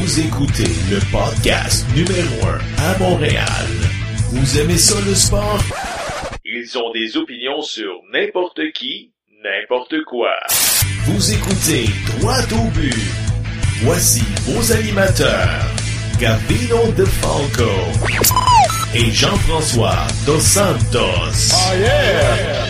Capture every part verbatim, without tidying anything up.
Vous écoutez le podcast numéro un à Montréal. Vous aimez ça le sport? Ils ont des opinions sur n'importe qui, n'importe quoi. Vous écoutez Droit au but. Voici vos animateurs, Gavino De Falco et Jean-François Dos Santos. Oh yeah!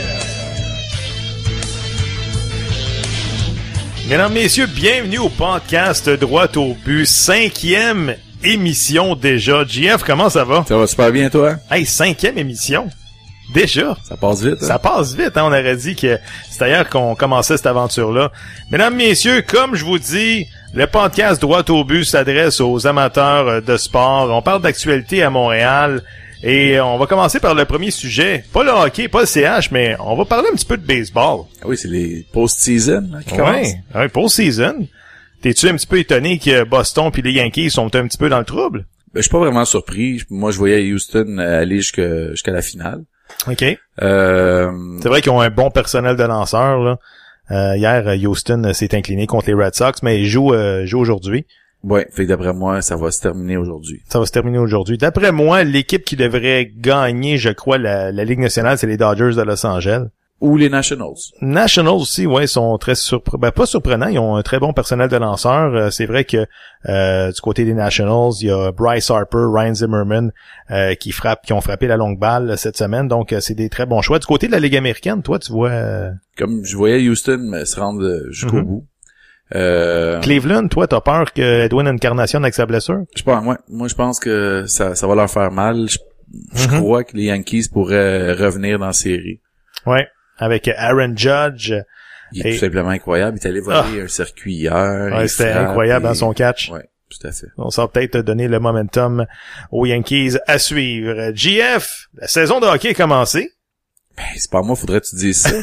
Mesdames, messieurs, bienvenue au podcast Droit au but, cinquième émission déjà. J F, comment ça va? Ça va super bien, toi? Hey, cinquième émission? Déjà? Ça passe vite, hein? Ça passe vite, hein? On aurait dit que c'est ailleurs qu'on commençait cette aventure-là. Mesdames, messieurs, comme je vous dis, le podcast Droit au but s'adresse aux amateurs de sport. On parle d'actualité à Montréal. Et on va commencer par le premier sujet. Pas le hockey, pas le C H, mais on va parler un petit peu de baseball. Ah oui, c'est les post-season hein, qui ouais, commencent. Ouais, post-season. T'es-tu un petit peu étonné que Boston puis les Yankees sont un petit peu dans le trouble? Ben, je suis pas vraiment surpris. Moi, je voyais Houston aller jusqu'à, jusqu'à la finale. OK. Euh... C'est vrai qu'ils ont un bon personnel de lanceurs, là. Euh, hier, Houston s'est incliné contre les Red Sox, mais ils jouent, euh, jouent aujourd'hui. Ouais, fait que d'après moi, ça va se terminer aujourd'hui. Ça va se terminer aujourd'hui. D'après moi, l'équipe qui devrait gagner, je crois, la, la Ligue nationale, c'est les Dodgers de Los Angeles. Ou les Nationals. Nationals aussi, ouais, sont très surprenants. Ben, pas surprenants, ils ont un très bon personnel de lanceurs. Euh, c'est vrai que euh, du côté des Nationals, il y a Bryce Harper, Ryan Zimmerman euh, qui frappent, qui ont frappé la longue balle cette semaine. Donc, euh, c'est des très bons choix. Du côté de la Ligue américaine, toi, tu vois... Euh... Comme je voyais Houston se rendre jusqu'au mm-hmm. bout. Euh... Cleveland, toi, t'as peur que Edwin Encarnacion avec sa blessure? Je pense, moi, moi, je pense que ça, ça va leur faire mal. Je, je mm-hmm. crois que les Yankees pourraient revenir dans la série. Ouais, avec Aaron Judge. Il est et... tout simplement incroyable. Il est allé voler ah. un circuit hier. Ouais, c'était incroyable dans et... son catch. Ouais, tout à fait. On s'en peut-être donner le momentum aux Yankees à suivre. J F, la saison de hockey est commencée. Ben, c'est pas moi, faudrait que tu dises ça.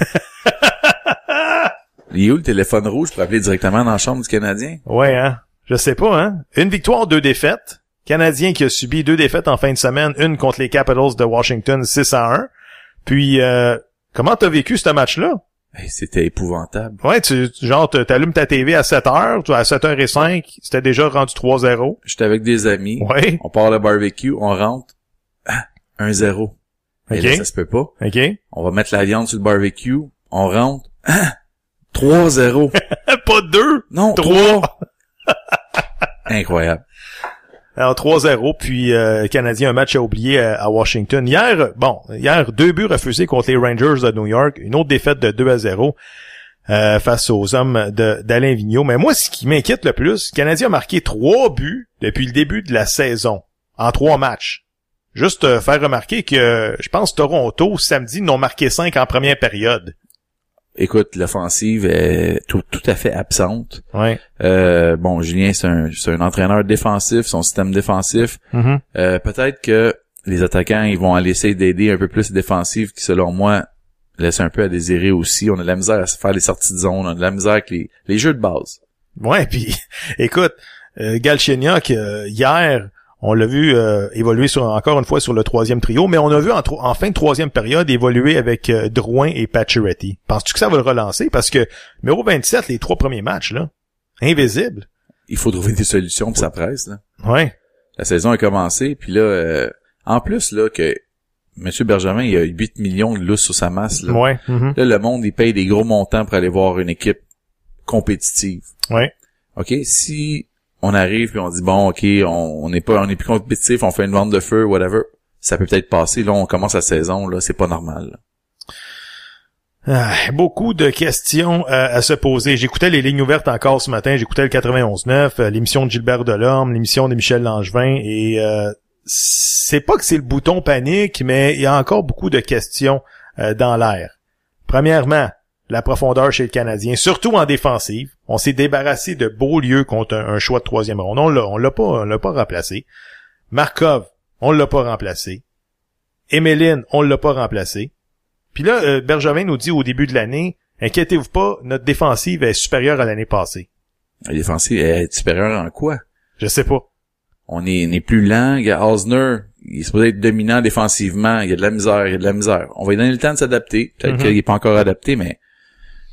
Il est où le téléphone rouge pour appeler directement dans la chambre du Canadien? Ouais, hein. Je sais pas, hein. Une victoire, deux défaites. Canadien qui a subi deux défaites en fin de semaine, une contre les Capitals de Washington, six à un. Puis, euh, comment t'as vécu ce match-là? Hey, c'était épouvantable. Ouais, tu, genre, t'allumes ta T V à sept heures, à sept heures zéro cinq, c'était déjà rendu trois zéro. J'étais avec des amis. Ouais. On part le barbecue, on rentre. Ah, un zéro. OK. Et là, ça se peut pas. OK. On va mettre la viande sur le barbecue. On rentre. Ah, trois zéro. Pas deux. Non, trois. Incroyable. Alors, trois zéro, puis euh, Canadien, un match à oublier à, à Washington. Hier, bon, hier, deux buts refusés contre les Rangers de New York, une autre défaite de deux à zéro euh, face aux hommes de d'Alain Vigneault. Mais moi, ce qui m'inquiète le plus, le Canadien a marqué trois buts depuis le début de la saison, en trois matchs. Juste euh, faire remarquer que, je pense, Toronto, samedi, n'ont marqué cinq en première période. Écoute, l'offensive est tout, tout à fait absente. Ouais. Euh, bon, Julien, c'est un, c'est un entraîneur défensif, son système défensif. Mm-hmm. Euh, peut-être que les attaquants, ils vont aller essayer d'aider un peu plus les défensifs, qui, selon moi, laissent un peu à désirer aussi. On a de la misère à se faire les sorties de zone, on a de la misère avec les, les jeux de base. Ouais, puis écoute, euh, Galchenyuk, euh, hier... On l'a vu euh, évoluer sur, encore une fois sur le troisième trio, mais on a vu en, en fin de troisième période évoluer avec euh, Drouin et Pacioretty. Penses-tu que ça va le relancer? Parce que numéro vingt-sept, les trois premiers matchs, là, invisible. Il faut trouver des solutions pour sa presse, là. Ouais. La saison a commencé, puis là, euh, en plus, là, que M. Bergevin, il a huit millions de lousse sur sa masse, là. Ouais. Mm-hmm. Là, le monde, il paye des gros montants pour aller voir une équipe compétitive. Ouais. OK? Si... on arrive puis on dit bon ok on on n'est pas on est plus compétitif, on fait une vente de feu whatever, ça peut peut-être passer. Là on commence la saison, là c'est pas normal. Ah, beaucoup de questions euh, à se poser. J'écoutais les lignes ouvertes encore ce matin, j'écoutais le quatre-vingt-onze neuf, euh, l'émission de Gilbert Delorme, l'émission de Michel Langevin, et euh, c'est pas que c'est le bouton panique, mais il y a encore beaucoup de questions euh, dans l'air. Premièrement, la profondeur chez le Canadien, surtout en défensive. On s'est débarrassé de Beaulieu contre un, un choix de troisième ronde. On l'a, on l'a pas, on l'a pas remplacé. Markov, on l'a pas remplacé. Emeline, on l'a pas remplacé. Puis là, euh, Bergevin nous dit au début de l'année, inquiétez-vous pas, notre défensive est supérieure à l'année passée. La défensive est supérieure en quoi? Je sais pas. On est, on est plus lent. Osner, il est supposé être dominant défensivement. Il y a de la misère, il y a de la misère. On va lui donner le temps de s'adapter. Peut-être mm-hmm. qu'il est pas encore adapté, mais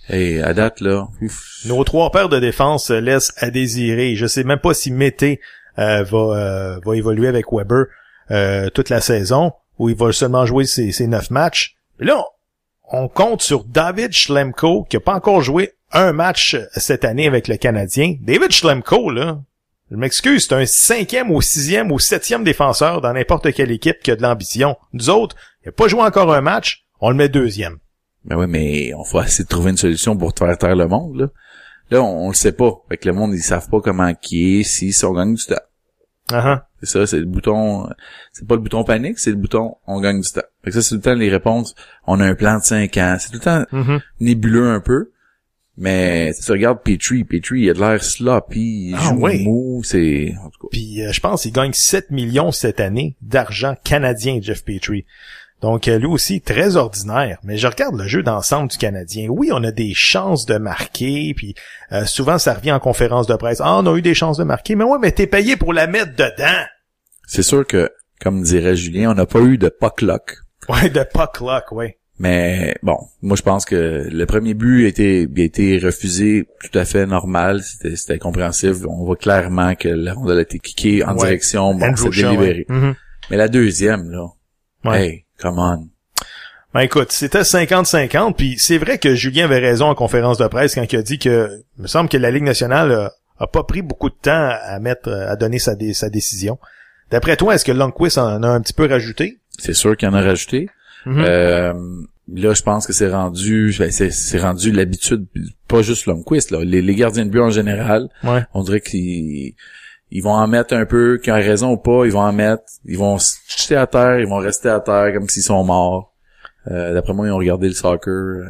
Et à date, là... Ouf. Nos trois paires de défense laissent à désirer. Je sais même pas si Mété euh, va euh, va évoluer avec Weber euh, toute la saison, ou il va seulement jouer ses, ses neuf matchs. Mais là, on, on compte sur David Schlemko, qui a pas encore joué un match cette année avec le Canadien. David Schlemko, là, je m'excuse, c'est un cinquième ou sixième ou septième défenseur dans n'importe quelle équipe qui a de l'ambition. Nous autres, il a pas joué encore un match, on le met deuxième. Ben oui, mais on va essayer de trouver une solution pour te faire taire le monde, là. Là, on, on le sait pas. Fait que le monde, ils savent pas comment qui est, si, si on gagne du temps. Uh-huh. C'est ça, c'est le bouton, c'est pas le bouton panique, c'est le bouton on gagne du temps. Fait que ça, c'est tout le temps les réponses, on a un plan de cinq ans. C'est tout le temps Mm-hmm. nébuleux un peu. Mais, tu regardes Petrie, Petrie, il a de l'air sloppy, il Ah, joue oui. mou, c'est, en tout cas. Puis euh, je pense qu'il gagne sept millions cette année d'argent canadien, Jeff Petrie. Donc euh, lui aussi très ordinaire, mais je regarde le jeu d'ensemble du Canadien. Oui, on a des chances de marquer, puis euh, souvent ça revient en conférence de presse. Ah, on a eu des chances de marquer, mais ouais, mais t'es payé pour la mettre dedans. C'est sûr que, comme dirait Julien, on n'a pas eu de puck luck. Ouais, de puck luck, ouais. Mais bon, moi je pense que le premier but a été, a été refusé tout à fait normal, c'était, c'était compréhensible. On voit clairement que la rondelle a été kickée en Ouais. direction, bon, Andrew c'est Shaw, délibéré. ouais. Mm-hmm. Mais la deuxième, là, Ouais. hey, come on. Ben écoute, c'était cinquante cinquante, puis c'est vrai que Julien avait raison en conférence de presse quand il a dit que, il me semble que la Ligue nationale a, a pas pris beaucoup de temps à mettre, à donner sa, dé, sa décision. D'après toi, est-ce que Lundqvist en a un petit peu rajouté? C'est sûr qu'il y en a rajouté. Mm-hmm. Euh, là, je pense que c'est rendu, ben, c'est, c'est rendu l'habitude, pas juste Lundqvist, là, les, les gardiens de but en général. Ouais. On dirait qu'ils ils vont en mettre un peu, qu'ils ont raison ou pas, ils vont en mettre, ils vont se jeter à terre, ils vont rester à terre comme s'ils sont morts. Euh, d'après moi, ils ont regardé le soccer. Euh.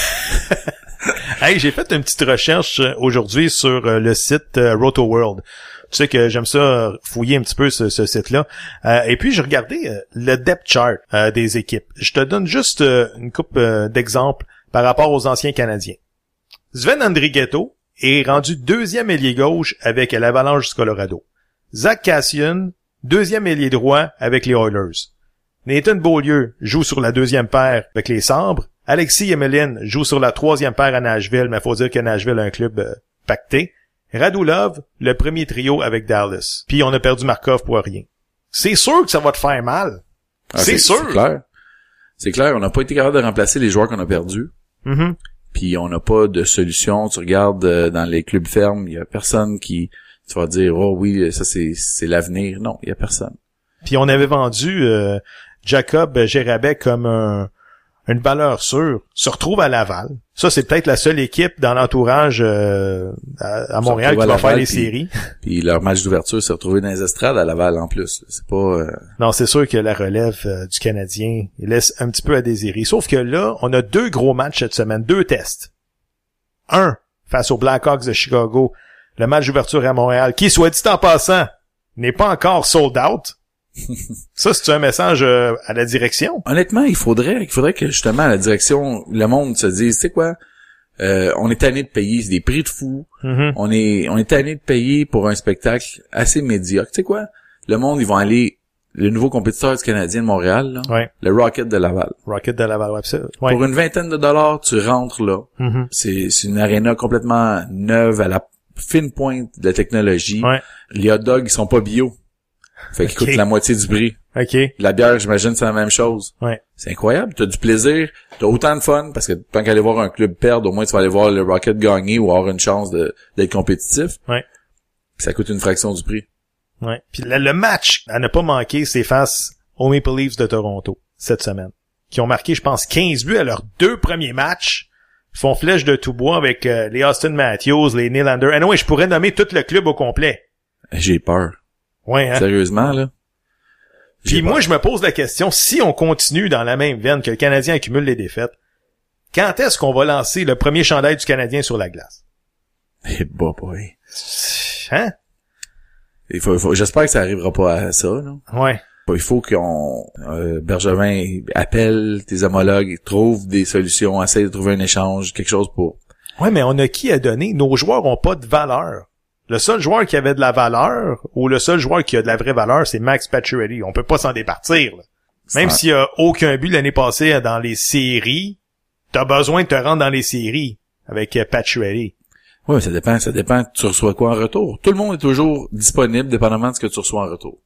Hey, j'ai fait une petite recherche euh, aujourd'hui sur euh, le site euh, RotoWorld. Tu sais que j'aime ça euh, fouiller un petit peu ce, ce site-là. Euh, et puis, j'ai regardé euh, le depth chart euh, des équipes. Je te donne juste euh, une couple euh, d'exemples par rapport aux anciens Canadiens. Sven Andrighetto est rendu deuxième ailier gauche avec l'Avalanche du Colorado. Zach Kassian, deuxième ailier droit avec les Oilers. Nathan Beaulieu joue sur la deuxième paire avec les Sabres. Alexis Emelin joue sur la troisième paire à Nashville, mais faut dire que Nashville a un club euh, pacté. Radulov, le premier trio avec Dallas. Puis on a perdu Markov pour rien. C'est sûr que ça va te faire mal. Ah, c'est, c'est sûr. C'est clair. C'est clair, on n'a pas été capable de remplacer les joueurs qu'on a perdus. Mm-hmm. Puis on n'a pas de solution. Tu regardes euh, dans les clubs fermes, il y a personne qui, tu vas dire, oh oui, ça c'est c'est l'avenir. Non, il y a personne. Puis on avait vendu euh, Jacob Gérabet comme un, une valeur sûre. Se retrouve à Laval. Ça, c'est peut-être la seule équipe dans l'entourage euh, à, à Montréal qui va Laval, faire les puis, séries. Puis leur match d'ouverture s'est retrouvé dans les estrades à Laval en plus. C'est pas... Euh... Non, c'est sûr que la relève euh, du Canadien il laisse un petit peu à désirer. Sauf que là, on a deux gros matchs cette semaine, deux tests. Un, face aux Blackhawks de Chicago, le match d'ouverture à Montréal, qui, soit dit en passant, n'est pas encore sold out. Ça, c'est un message euh, à la direction. Honnêtement, il faudrait, il faudrait que justement à la direction, le monde se dise, tu sais quoi, euh, on est tanné de payer, c'est des prix de fou. Mm-hmm. On est, on est tanné de payer pour un spectacle assez médiocre. Tu sais quoi, le monde, ils vont aller, le nouveau compétiteur du Canadien de Montréal, là, Ouais. le Rocket de Laval. Rocket de Laval, ouais, ça. Ouais. Pour une vingtaine de dollars, tu rentres là. Mm-hmm. C'est, c'est une aréna complètement neuve à la fine pointe de la technologie. Ouais. Les hot dogs, ils sont pas bio. Fait qu'ils Okay. coûtent la moitié du prix. OK. La bière, j'imagine, c'est la même chose. Ouais. C'est incroyable. T'as du plaisir. T'as autant de fun parce que tant qu'aller voir un club perdre, au moins tu vas aller voir le Rocket gagner ou avoir une chance de, d'être compétitif. Ouais. Puis ça coûte une fraction du prix. Ouais. Puis le, le match à ne pas manquer, c'est face aux Maple Leafs de Toronto cette semaine, qui ont marqué, je pense, quinze buts à leurs deux premiers matchs. Ils font flèche de tout bois avec euh, les Austin Matthews, les Nylander. Ah non, je pourrais nommer tout le club au complet. J'ai peur. Ouais, hein? Sérieusement, là. Puis moi, je me pose la question, si on continue dans la même veine que le Canadien accumule les défaites, quand est-ce qu'on va lancer le premier chandail du Canadien sur la glace? Eh bah boy. Hein? Il faut, il faut, j'espère que ça arrivera pas à ça, là. Ouais. Il faut qu'on euh, Bergevin appelle tes homologues, trouve des solutions, essaie de trouver un échange, quelque chose pour... Ouais, mais on a qui à donner? Nos joueurs ont pas de valeur. Le seul joueur qui avait de la valeur, ou le seul joueur qui a de la vraie valeur, c'est Max Pacioretty. On peut pas s'en départir, là. Même s'il y a aucun but l'année passée dans les séries, t'as besoin de te rendre dans les séries. avec euh, Pacioretty. Oui, ça dépend, ça dépend, tu reçois quoi en retour. Tout le monde est toujours disponible, dépendamment de ce que tu reçois en retour.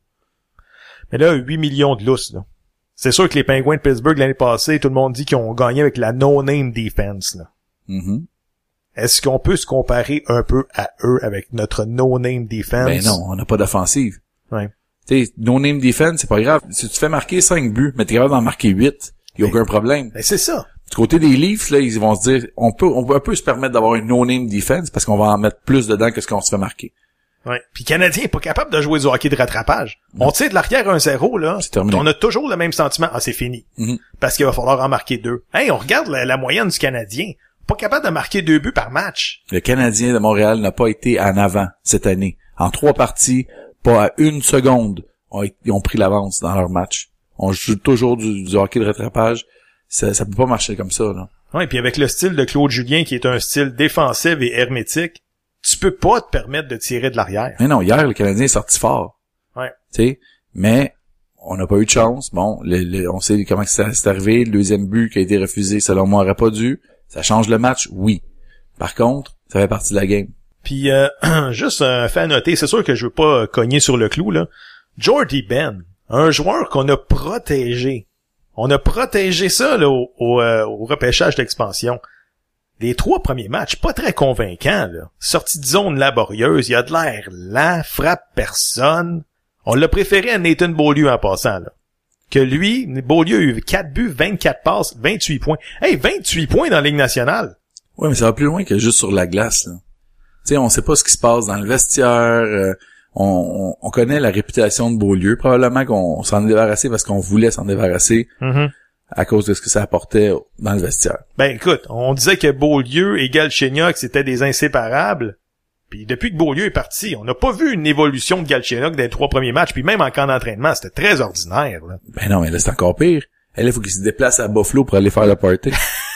Mais là, huit millions de lousses, là. C'est sûr que les Penguins de Pittsburgh l'année passée, tout le monde dit qu'ils ont gagné avec la no-name defense, là. Mm-hmm. Est-ce qu'on peut se comparer un peu à eux avec notre no-name defense? Ben non, on n'a pas d'offensive. Ouais. Tu sais, no-name defense, c'est pas grave. Si tu fais marquer cinq buts, mais t'es capable d'en marquer huit, y a ben, aucun problème. Ben c'est ça. Du côté des Leafs, là, ils vont se dire, on peut, on peut un peu se permettre d'avoir une no-name defense parce qu'on va en mettre plus dedans que ce qu'on se fait marquer. Ouais. Puis Canadien est pas capable de jouer du hockey de rattrapage. Non. On tire de l'arrière un zéro, là. C'est terminé. On a toujours le même sentiment. Ah, c'est fini. Mm-hmm. Parce qu'il va falloir en marquer deux. Hey, on regarde la, la moyenne du Canadien. Pas capable de marquer deux buts par match. Le Canadien de Montréal n'a pas été en avant cette année. En trois parties, pas à une seconde, ils ont pris l'avance dans leur match. On joue toujours du, du hockey de rattrapage. Ça, ça peut pas marcher comme ça, là. Ouais, puis avec le style de Claude Julien, qui est un style défensif et hermétique, tu peux pas te permettre de tirer de l'arrière. Mais non, hier, le Canadien est sorti fort. Ouais. Tu sais, mais on n'a pas eu de chance. Bon, le, le, on sait comment c'est, c'est arrivé. Le deuxième but qui a été refusé, selon moi, aurait pas dû. Ça change le match, oui. Par contre, ça fait partie de la game. Puis, euh, juste un fait à noter, c'est sûr que je veux pas cogner sur le clou, là. Jordy Ben, un joueur qu'on a protégé. On a protégé ça, là, au, au, euh, au repêchage d'expansion. Les trois premiers matchs, pas très convaincants, là. Sortie de zone laborieuse, il a de l'air lent, frappe personne. On l'a préféré à Nathan Beaulieu en passant, là. Que lui, Beaulieu a eu quatre buts, vingt-quatre passes, vingt-huit points. Hey, vingt-huit points dans la Ligue nationale! Ouais, mais ça va plus loin que juste sur la glace, là. Tu sais, on sait pas ce qui se passe dans le vestiaire, euh, on, on, on connaît la réputation de Beaulieu, probablement qu'on s'en est débarrassé parce qu'on voulait s'en débarrasser Mm-hmm. à cause de ce que ça apportait dans le vestiaire. Ben écoute, on disait que Beaulieu et Galchenyuk c'était des inséparables. Puis depuis que Beaulieu est parti, on n'a pas vu une évolution de Galchenyuk dans les trois premiers matchs, puis même en camp d'entraînement, c'était très ordinaire, là. Ben non, mais là, c'est encore pire. Elle, il faut qu'il se déplace à Buffalo pour aller faire le party.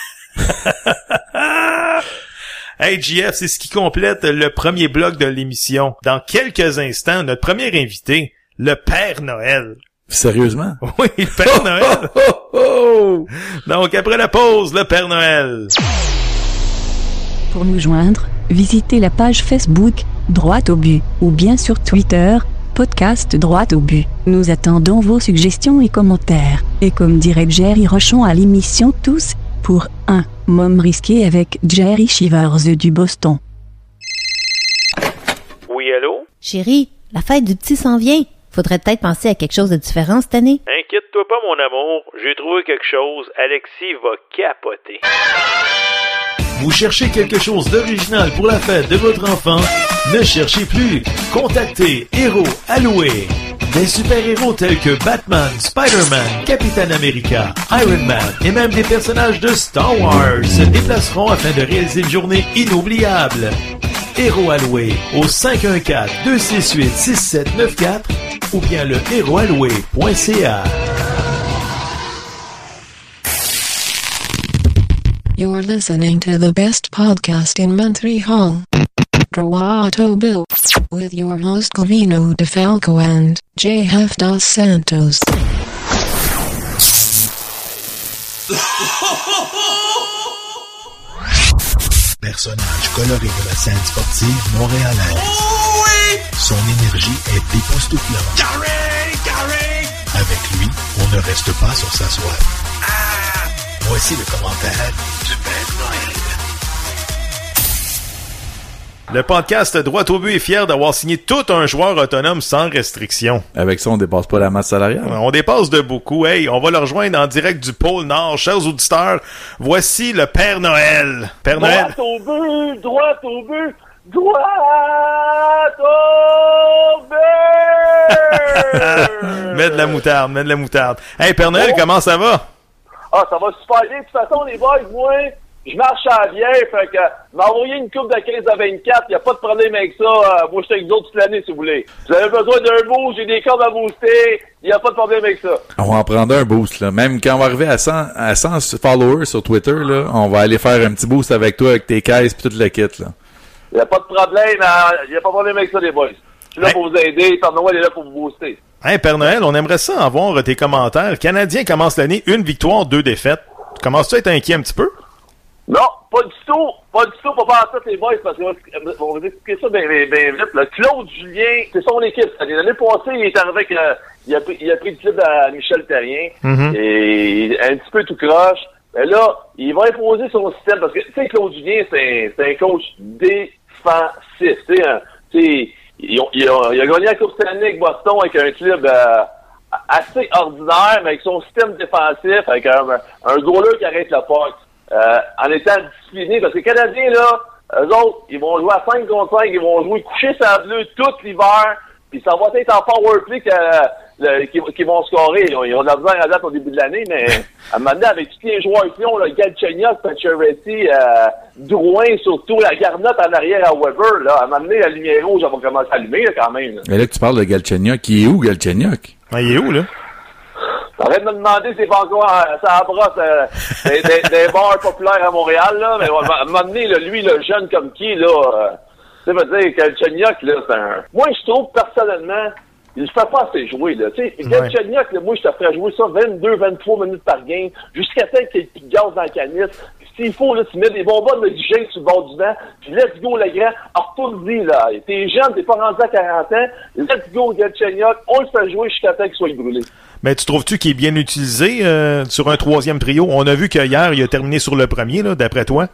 Hey, J F, c'est ce qui complète le premier bloc de l'émission. Dans quelques instants, notre premier invité, le Père Noël. Sérieusement? Oui, le Père Noël. Oh, oh, oh. Donc, après la pause, le Père Noël. Pour nous joindre, visitez la page Facebook, Droit au but, ou bien sur Twitter, podcast Droit au but. Nous attendons vos suggestions et commentaires. Et comme dirait Jerry Rochon à l'émission Tous, pour un Môme risqué avec Jerry Shivers du Boston. Oui, allô? Chérie, la fête du petit s'en vient. Faudrait peut-être penser à quelque chose de différent cette année. Inquiète-toi pas, mon amour. J'ai trouvé quelque chose. Alexis va capoter. Vous cherchez quelque chose d'original pour la fête de votre enfant? Ne cherchez plus. Contactez Héros Alloué. Des super-héros tels que Batman, Spider-Man, Captain America, Iron Man et même des personnages de Star Wars se déplaceront afin de réaliser une journée inoubliable. Héros Alloué au cinq un quatre, deux six huit, six sept neuf quatre ou bien le héros alloué point c a. You're listening to the best podcast in Montreal. Droit au but. With your host Covino DeFalco and J F Dos Santos. Personnage coloré de la scène sportive montréalaise. Oh oui! Son énergie est époustouflante. Gary! Gary! Avec lui, on ne reste pas sur sa soie. Ah! Voici le commentaire du Père Noël. Le podcast Droit au but est fier d'avoir signé tout un joueur autonome sans restriction. Avec ça, on dépasse pas la masse salariale. On dépasse de beaucoup. Hey, on va le rejoindre en direct du pôle Nord. Chers auditeurs, voici le Père Noël. Père droit Noël. Au but, droit au but, droit au but! Mets de la moutarde, mets de la moutarde. Hey, Père Noël, oh. Comment ça va? Ah, ça va super bien. De toute façon, les boys, moi, je marche à la bière, fait que m'envoyer une coupe de quinze à vingt-quatre, y a pas de problème avec ça. Euh, moi, je suis avec vous autres toute l'année, si vous voulez. Vous avez besoin d'un boost, j'ai des cordes à booster, y a pas de problème avec ça. On va en prendre un boost, là. Même quand on va arriver à cent, à cent followers sur Twitter, là, on va aller faire un petit boost avec toi, avec tes caisses pis tout le kit, là. Y a pas de problème, euh, y a pas de problème avec ça, les boys. Je suis là hey. pour vous aider, Père Noël est là pour vous booster. Hey, Père Noël, on aimerait ça avoir tes commentaires. Le Canadien commence l'année, une victoire, deux défaites. Commences-tu à être inquiet un petit peu? Non, pas du tout. Pas du tout. Pas par ça, les boys, parce qu'on va vous expliquer ça bien, bien, bien vite. Là. Claude Julien, c'est son équipe. L'année passée, il est arrivé avec... Euh, il, a pris, il a pris le club à Michel Terrien. Mm-hmm. Et un petit peu tout croche. Mais là, il va imposer son système. Parce que, tu sais, Claude Julien, c'est un, c'est un coach défensif. Tu sais, hein, il, il, il, a, il a gagné la Coupe Stanley avec Boston avec un club... Euh, assez ordinaire, mais avec son système défensif, avec un, un goaler qui arrête la puck. Euh, en étant discipliné, parce que les Canadiens, là, eux autres, ils vont jouer à cinq contre cinq, ils vont jouer coucher sa bleue tout l'hiver, puis ça va être en powerplay qu'ils qui vont scorer. Ils ont, ils ont de la misère à date au début de l'année, mais à un moment donné, avec tous les joueurs qui ont, Galchenyuk, Pacioretty, euh, Drouin, surtout, la garnotte en arrière à Weber, là, à un moment donné, la lumière rouge, elle va commencer à allumer, là, quand même. Là. Mais là, que tu parles de Galchenyuk, qui est où, Galchenyuk? Ah, il est où, là? Arrête de me demander si c'est pas encore euh, ça brosse euh, des, des, des bars populaires à Montréal, là, mais à un moment donné, là, lui, le jeune comme qui, là, euh, tu sais, veut dire, Galchenyuk, là, c'est un... Moi, je trouve, personnellement, il ne fait pas assez jouer, là, tu sais, Galchenyuk, là, moi, je te ferais jouer ça vingt-deux vingt-trois minutes par game, jusqu'à temps qu'il y ait plus de gaz dans la canisse. S'il faut, là, tu mets des bonbons de d'oxygène sur le bord du vent, puis let's go, le grand, retourne-y, là. T'es jeune, t'es pas rendu à quarante ans, let's go, Galchenyuk, on le fait jouer jusqu'à temps qu'il soit brûlé. Mais tu trouves-tu qu'il est bien utilisé euh, sur un troisième trio? On a vu qu'hier, il a terminé sur le premier, là, d'après toi.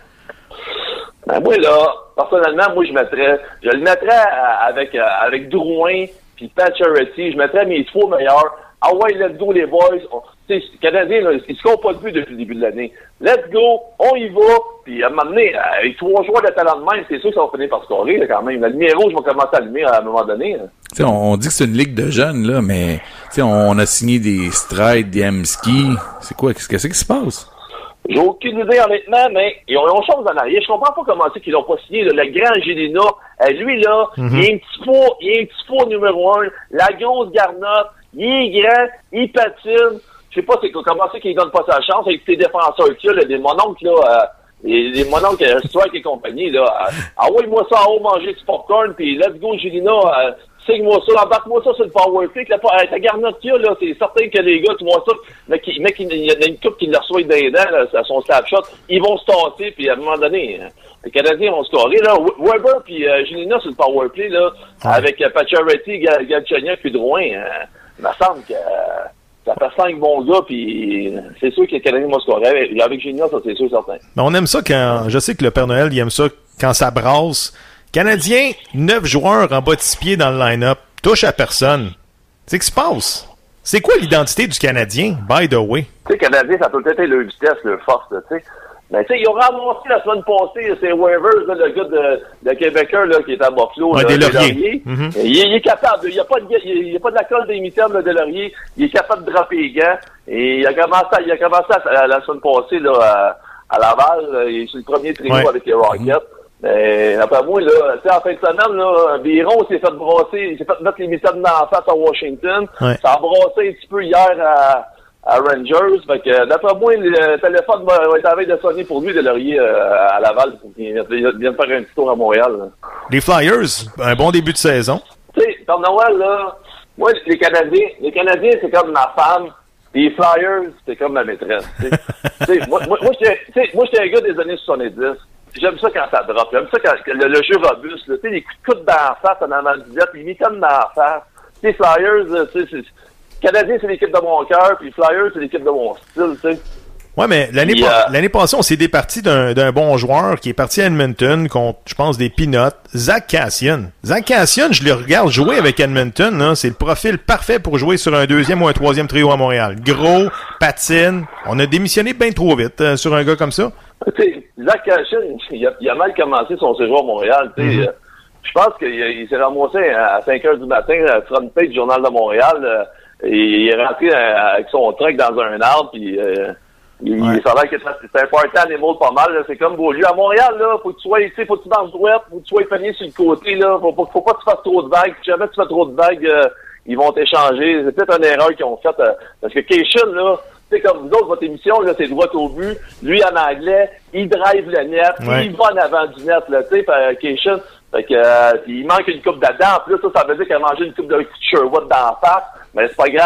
Ben moi, là, personnellement, moi, je mettrais, je le mettrais avec, euh, avec Drouin puis Pacioretty, je mettrais mes trois meilleurs. Ah ouais, let's go, les boys. Tu sais, les Canadiens, là, ils ne scorent pas de but depuis le début de l'année. Let's go, on y va. Puis à un moment donné, avec trois joueurs de talent de même, c'est sûr que ça va finir par scorer, là, quand même. La lumière rouge va commencer à allumer à un moment donné. Tu sais, on, on dit que c'est une ligue de jeunes, là, mais tu sais, on, on a signé des Stride, des Hemsky. C'est quoi? Qu'est-ce que c'est qui se passe? J'ai aucune idée, honnêtement, mais ils ont, ils ont chose en arrière. Je comprends pas comment c'est qu'ils l'ont pas signé. Là. Le grand Gélina, euh, lui, là, mm-hmm. il est un petit four, il est un petit four numéro un. La grosse garnotte, il est grand, il patine. Je sais pas c'est comment c'est qu'il donne pas sa chance avec ses défenseurs qu'il y a, là, des mononcles, là, euh, les, les mononcles, euh, Strike et compagnie, là. Euh, envoie-moi ça en haut manger du popcorn, puis let's go, Gélina, euh, signe-moi ça, embarque-moi ça sur le powerplay. La, la garnotte qu'il y a, là, c'est certain que les gars, tu vois ça, mais qui, mec, il y a une coupe qui le reçoit dans les dents, là, à son slapshot, ils vont se tasser, puis à un moment donné, les Canadiens vont scorer, là. Weber puis euh, Gélina sur le powerplay, là, ouais. avec euh, Pacioretty, Galchenyuk puis Drouin, euh, il me semble que... Euh, ça fait cinq bons gars, puis c'est sûr que les Canadiens vont scorer. Avec, avec Gélina, ça, c'est sûr certain. Mais on aime ça quand... Je sais que le Père Noël, il aime ça quand ça brasse. Canadien, neuf joueurs en bas de six pieds dans le line-up. Touche à personne. C'est que se passe. C'est quoi l'identité du Canadien, by the way? Tu sais, Canadien, ça peut peut-être être leur vitesse, leur force, tu sais. Mais tu sais, ils ont ramassé la semaine passée, c'est Waivers, là, le gars de, de Québécois, là, qui est à Buffalo, ouais, là, Deslauriers. Mm-hmm. il, il est capable, il n'y a pas de, il y a pas de la colle des mitaines de Deslauriers, il est capable de draper les gants, et il a commencé, à, il a commencé à, la semaine passée, là, à, à Laval, là, il est sur le premier trio ouais. avec les Rockets. Mm-hmm. Mais, après moi, là, tu sais, en fin de semaine, là, Biron s'est fait brasser, il s'est fait mettre les mitaines dans la face à Washington. Ouais. Ça a brassé un petit peu hier à, à Rangers. Fait que, d'après moi, le téléphone va, va être à veille de sonner pour lui, Deslauriers, euh, à Laval, pour qu'il vienne faire un petit tour à Montréal, là. Les Flyers, un bon début de saison. Tu sais, Tom Noël, là, moi, les Canadiens, les Canadiens, c'est comme ma femme. Les Flyers, c'est comme ma maîtresse, tu sais. moi, moi, moi, j'étais, moi, j'étais un gars des années soixante-dix. J'aime ça quand ça drop. J'aime ça quand le, le jeu robuste, là. Tu sais, les coups de coude dans la face en avant du jet, les mitaines dans la face. Les Flyers, tu sais, c'est... Canadien, c'est l'équipe de mon cœur, puis les Flyers, c'est l'équipe de mon style, tu sais. Ouais, mais l'année, puis, pa- euh... l'année passée, on s'est départi d'un, d'un bon joueur qui est parti à Edmonton contre, je pense, des Peanuts, Zach Kassian. Zach Kassian, je le regarde jouer avec Edmonton, là, c'est le profil parfait pour jouer sur un deuxième ou un troisième trio à Montréal. Gros, patine. On a démissionné bien trop vite euh, sur un gars comme ça. Tu sais, Zach Kassian, il a, il a mal commencé son séjour à Montréal, tu sais. Mm-hmm. Euh, je pense qu'il il s'est ramassé à cinq heures du matin, à front page du Journal de Montréal, euh, et il est rentré euh, avec son truck dans un arbre, puis... Euh, Il, ouais. Ça a l'air que c'est un party animal pas mal, là. C'est comme Beaulieu. À Montréal, là, faut que tu sois, tu sais, faut que tu marches droite, faut que tu sois panier sur le côté, là. Faut, faut, faut pas que tu fasses trop de vagues. Si jamais tu fais trop de vagues, euh, ils vont t'échanger. C'est peut-être une erreur qu'ils ont faite, euh, parce que Cation, là, tu sais, comme vous autres, votre émission, là, c'est droit au but. Lui, en anglais, il drive le net, ouais. il va en avant du net, là, tu sais, Cation. Fait que, euh, il manque une coupe d'Adam. En plus, ça, ça veut dire qu'il a mangé une coupe de Sherwood dans la face. Mais c'est pas grave.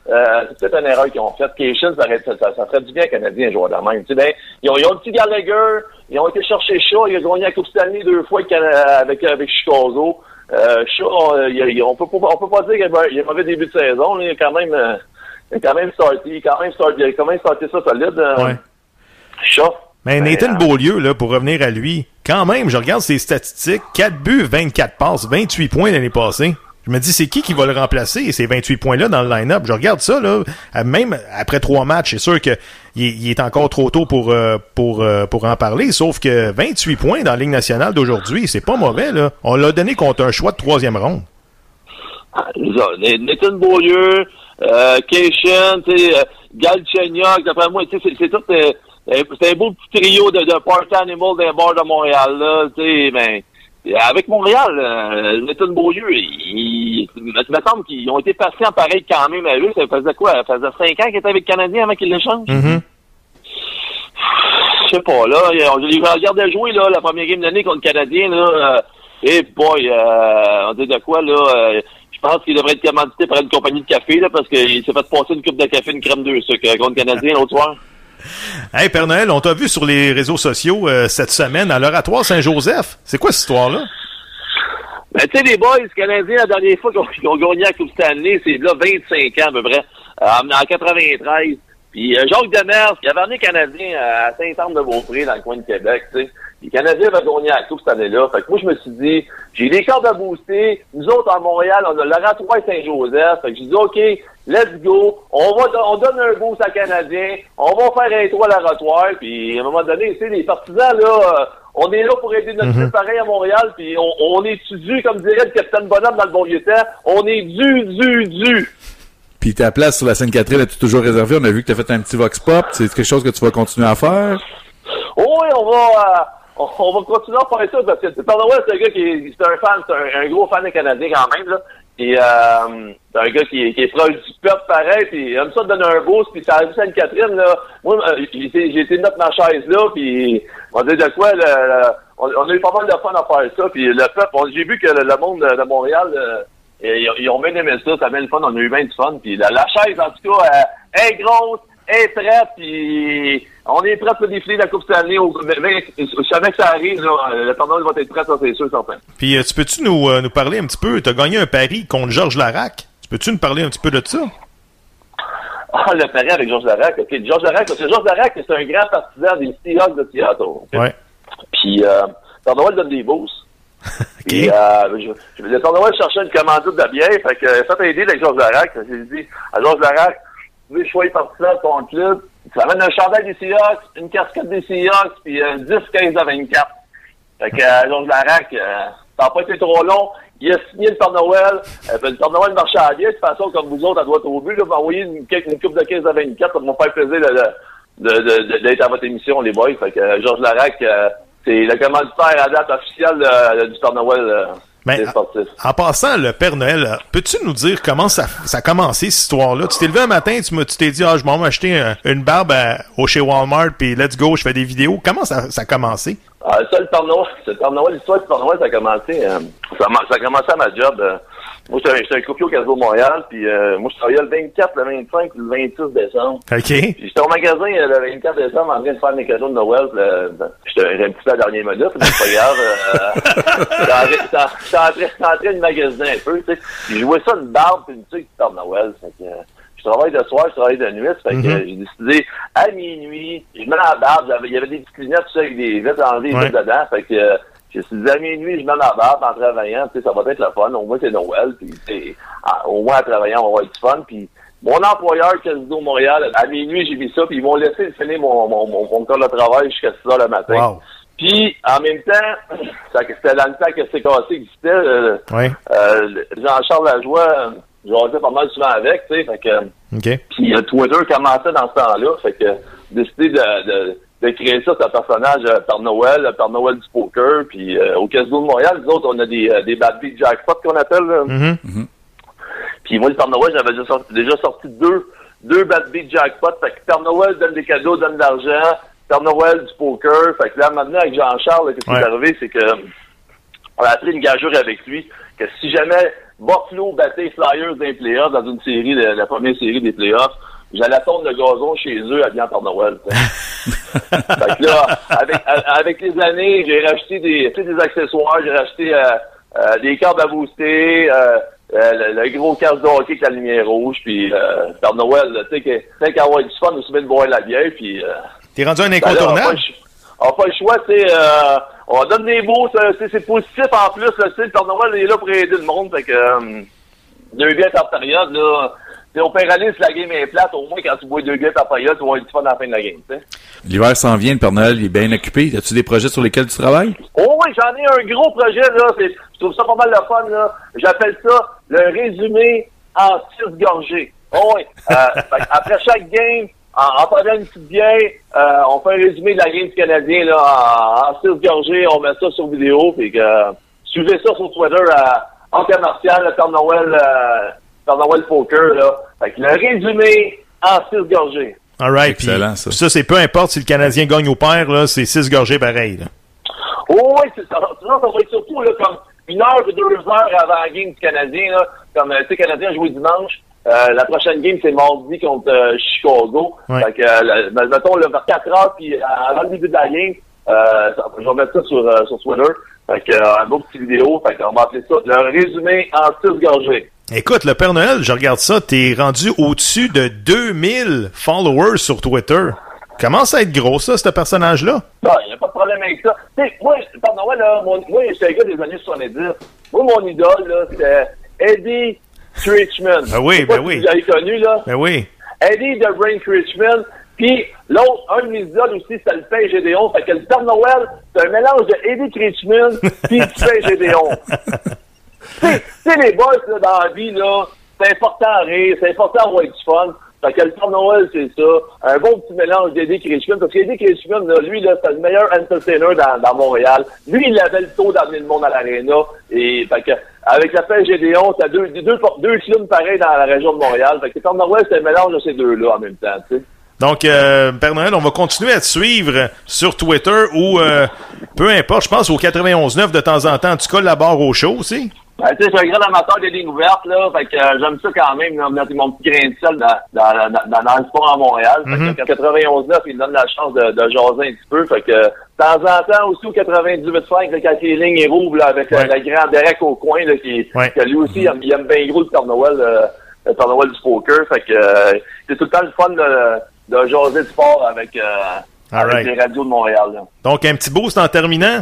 Euh, c'est peut-être une erreur qu'ils ont faite. Cation, ça, ça, ça, ça ferait du bien à Canadien, un joueur de même. Tu sais, ben, ils ont, ils ont le petit Gallagher, ils ont été chercher Shaw, ils ont gagné la Coupe Stanley deux fois avec, avec, avec Chicago. Euh, Shaw, on, il, on peut pas, on peut pas dire qu'il y a un mauvais début de saison, là. Il a quand même, euh, il a quand même starté, il a quand même starté, il a quand même starté ça solide. Euh, ouais. Shaw. Mais Nathan euh, Beaulieu, là, pour revenir à lui, quand même, je regarde ses statistiques, quatre buts, vingt-quatre passes, vingt-huit points l'année passée. Je me dis, c'est qui qui va le remplacer, ces vingt-huit points-là, dans le line-up? Je regarde ça, là, même après trois matchs, c'est sûr que il est, il est encore trop tôt pour, euh, pour, euh, pour en parler, sauf que vingt-huit points dans la Ligue nationale d'aujourd'hui, c'est pas mauvais, là. On l'a donné contre un choix de troisième ronde. Nathan Beaulieu, euh, Cation, tu sais, euh, Galchenyuk, d'après moi, tu sais, c'est, c'est tout, euh, c'est un beau petit trio de, de Party Animal d'un bord de Montréal, là, tu sais, ben, avec Montréal, euh, Nathan Beaulieu, il, il me semble qu'ils ont été patients pareil quand même à eux. Ça faisait quoi? Ça faisait cinq ans qu'ils étaient avec le Canadien avant qu'ils l'échangent? Mm-hmm. Je sais pas, là. Je les regardais jouer, là, la première game de l'année contre le Canadien, là. Et, euh, boy, euh, on dit de quoi, là? Euh, je pense qu'il devrait être commandité par une compagnie de café, là, parce qu'il s'est fait passer une coupe de café, une crème de sucre contre le Canadien l'autre soir. Hey, Père Noël, on t'a vu sur les réseaux sociaux euh, cette semaine à l'Oratoire Saint-Joseph. C'est quoi cette histoire-là? Ben, tu sais, les boys canadiens, la dernière fois qu'ils ont gagné la Coupe Stanley, c'est là vingt-cinq ans à peu près, euh, en quatre-vingt-treize. Puis euh, Jacques Demers, qui avait amené les Canadiens à Saint-Anne-de-Beaupré, dans le coin de Québec, tu sais. Les Canadiens avaient gagné la Coupe cette année-là. Fait que moi, je me suis dit, j'ai des cartes à booster. Nous autres, en Montréal, on a l'Oratoire Saint-Joseph. Fait que j'ai dit, OK, let's go. On va, on donne un boost à Canadiens. On va faire un toit à l'Oratoire. Puis, à un moment donné, tu sais, les partisans, là, on est là pour aider notre mm-hmm. pareil à Montréal. Puis, on, on est dû, comme dirait le Capitaine Bonhomme dans le bon vieux temps. On est dû, dû, dû. Puis ta place sur la Sainte-Catherine est toujours réservée. On a vu que tu as fait un petit vox pop. C'est quelque chose que tu vas continuer à faire? Oh, oui, on va... Euh, On, on va continuer à faire ça parce que Père Noël, c'est un gars qui est, c'est un fan, c'est un, un gros fan des Canadiens quand même, là. Et euh, c'est un gars qui, qui est proche du peuple pareil, puis il aime ça donner un boost, puis ça a vu Sainte-Catherine, là. Moi, j'ai été, j'ai été mettre ma chaise là, puis on va dire de quoi, là, là, on, on a eu pas mal de fun à faire ça, puis le peuple, on, j'ai vu que le, le monde de, de Montréal, euh, ils, ils ont bien aimé ça, ça a bien le fun, on a eu bien du fun, puis la, la chaise, en tout cas, euh, est grosse, est prête, puis on est prêt pour défiler la Coupe Stanley. Au, mais, mais, jamais que ça arrive, là, le tournoi va être prêt, ça c'est sûr, certain. Puis, euh, tu peux-tu nous, euh, nous parler un petit peu? Tu as gagné un pari contre Georges Larac. Tu peux-tu nous parler un petit peu de ça? Ah, le pari avec Georges Larac. OK, Georges Larac, parce que Georges Larac, c'est un grand partisan des Seahawks de Seattle. Okay? Ouais. Puis, euh, Père Noël donne des bourses. OK. Puis, euh, je, je, le Père Noël cherchait une commandite de bière, fait que, ça t'a aidé avec Georges Larac. J'ai dit à Georges Larac, tu veux choisir partisan de ton club, tu amènes un chandail des Seahawks, une casquette des Seahawks, puis euh, dix quinze à vingt-quatre. Fait que euh, Georges Larac, euh, ça n'a pas été trop long. Il a signé le Père Noël. Euh, le Père Noël marchait à bien. De toute façon, comme vous autres, à droite au but, là, vous m'envoyez une, une coupe de quinze à vingt-quatre, ça va me faire plaisir de, de, de, de, d'être à votre émission, les boys. Fait que euh, Georges Larac, euh, c'est le commanditaire à date officielle euh, du Père Noël. Euh, Ben, en, en passant, le Père Noël, peux-tu nous dire comment ça, ça a commencé, cette histoire-là? Tu t'es levé un matin, tu, m'as, tu t'es dit, ah, je m'en vais acheter un, une barbe à, au chez Walmart, puis let's go, je fais des vidéos. Comment ça, ça a commencé? Ah, ça, le Père Noël, le Père Noël, l'histoire du Père Noël, ça a commencé, euh, ça, ça a commencé à ma job. Euh, moi, j'étais, j'étais un croupier au Casino Montréal, puis euh, moi, je travaillais le vingt-quatre, le vingt-cinq, le vingt-six décembre. OK. Puis j'étais au magasin euh, le vingt-quatre décembre en train de faire mes cadeaux de Noël. Le, j'étais un petit peu à la dernière minute, mais c'est pas grave. Euh, j'étais en, en train de magasiner un peu, tu sais. Puis je jouais ça une barbe, puis une tuque du Père Noël. Fait que, euh, je travaille de soir, je travaille de nuit. Fait que mm-hmm. euh, j'ai décidé, à minuit, je mets la barbe, il y avait des petites lunettes, tu sais, avec des vitres enlevées, des vitres dedans. Fait que, euh, je me suis dit, à minuit, je mets ma barbe en travaillant, tu sais, ça va être le fun. Au moins, c'est Noël, puis, tu sais, au moins, en travaillant, on va avoir du fun. Puis, mon employeur, Casino Montréal, à minuit, j'ai mis ça, puis ils m'ont laissé finir mon, mon, mon, mon corps de travail jusqu'à six heures le matin. Wow. Puis, en même temps, ça, c'était dans le temps que C K C existait. Euh, oui. euh, Jean-Charles Lajoie, je jasais pas mal souvent avec, tu sais, fait que... OK. Puis, euh, Twitter commençait dans ce temps-là, fait que décidé de... de de créer ça, c'est un personnage euh, Père Noël, le Père Noël du poker, puis euh, au Casino de Montréal, nous autres, on a des, euh, des bad beat jackpot qu'on appelle. Mm-hmm. Mm-hmm. Puis moi, le Père Noël, j'avais déjà sorti, déjà sorti deux, deux bad beat jackpot, fait que Père Noël donne des cadeaux, donne de l'argent, Père Noël du poker, fait que là, maintenant, avec Jean-Charles, qu'est-ce qui ouais. est arrivé, c'est que on a pris une gageure avec lui que si jamais Buffalo battait les Flyers dans les playoffs, dans une série, de, la première série des playoffs, j'allais tondre le gazon chez eux à bien Père Noël. Fait que là, avec, avec les années, j'ai racheté des, des accessoires, j'ai racheté euh, euh, des câbles à booster, euh, euh, le, le gros casque de hockey avec la lumière rouge, puis euh, Père Noël, tu sais, que tant qu'à avoir du fun, aussi bien de boire la bière, puis... Euh, T'es rendu un incontournable? On n'a pas le choix, tu sais, euh, on donne des mots, c'est, c'est positif en plus, tu sais, le Père Noël est là pour aider le monde, fait que euh, deux bières par période, là, tu sais, au Péralis, si la game est plate, au moins quand tu bois deux bières par période, tu vas avoir du fun à la fin de la game, tu sais. L'hiver s'en vient, le Père Noël il est bien occupé. As-tu des projets sur lesquels tu travailles? Oh oui, j'en ai un gros projet, là, c'est, je trouve ça pas mal de fun, là, j'appelle ça le résumé en six gorgées. Oh oui, euh, après chaque game, En, en prenant une petite bière, euh, on fait un résumé de la game du Canadien là, en, en six gorgées, on met ça sur vidéo, puis que euh, suivez ça sur Twitter à, en commercial, le Père Noël, euh, Père Noël Poker, là. Fait que le résumé en six gorgées. Alright, puis ça. ça, c'est peu importe si le Canadien gagne ou perd, là, c'est six gorgées pareil, là. Oh oui, c'est ça. Ça, ça va être surtout, là, comme une heure ou deux heures avant la game du Canadien, là. Comme, tu sais, le Canadien a joué dimanche. Euh, la prochaine game, c'est mardi contre euh, Chicago. Ouais. Fait que, euh, le, mettons, là, vers quatre heures, puis avant le début de la game, euh, je vais mettre ça sur, euh, sur Twitter. Fait que, euh, un beau petit vidéo. Fait qu'on va appeler ça le résumé en six gorgées. Écoute, le Père Noël, je regarde ça, t'es rendu au-dessus de deux mille followers sur Twitter. Commence à être gros, ça, ce personnage-là. Non, il n'y a pas de problème avec ça. Tu sais, moi, Père Noël, là, mon, moi, j'étais un gars des années soixante-dix. Moi, mon idole, là, c'était Eddie Krichman. Ben oui, ben oui. Vous l'avez connu, là? Ben oui. Eddie the Brain Krichman. Puis l'autre, un de mes idoles aussi, c'était le Pain Gédéon. Fait que le Père Noël, c'est un mélange de Eddie Krichman puis du Pain Gédéon. Tu sais, les boys, là, dans la vie, là, c'est important à rire, c'est important à avoir du fun. Fait que le Père Noël, c'est ça. Un bon petit mélange d'Eddie Krichman. Parce qu'Eddie Krichman, là, lui, là, c'est le meilleur entertainer dans, dans Montréal. Lui, il avait le taux d'amener le monde à l'aréna. Et, fait que, avec la Pain Gédéon, t'as deux, deux, deux, deux films pareils dans la région de Montréal. Fait que le Père Noël, c'est un mélange de ces deux-là en même temps, tu sais. Donc, euh, Père Noël, on va continuer à te suivre sur Twitter ou, euh, peu importe, je pense au quatre-vingt-onze neuf de temps en temps, tu collabores au show aussi? Ben, tu sais, je suis un grand amateur des lignes ouvertes, là. Fait que euh, j'aime ça quand même, là, mettre mon petit grain de sel dans, dans, dans, dans, dans le sport à Montréal. Mm-hmm. Fait que quatre-vingt-onze neuf, il me donne la chance de, de jaser un petit peu. Fait que, de temps en temps, aussi au quatre-vingt-dix-huit cinq, là, quand les lignes rouvent, là, avec ouais. le, le grand Derek au coin, là, qui, ouais. que lui aussi, mm-hmm. il, aime, il aime bien gros le Père Noël, euh, le Père Noël du poker. Fait que, euh, c'est tout le temps le fun de, de jaser du sport avec, euh, avec right. les radios de Montréal, là. Donc, un petit boost en terminant?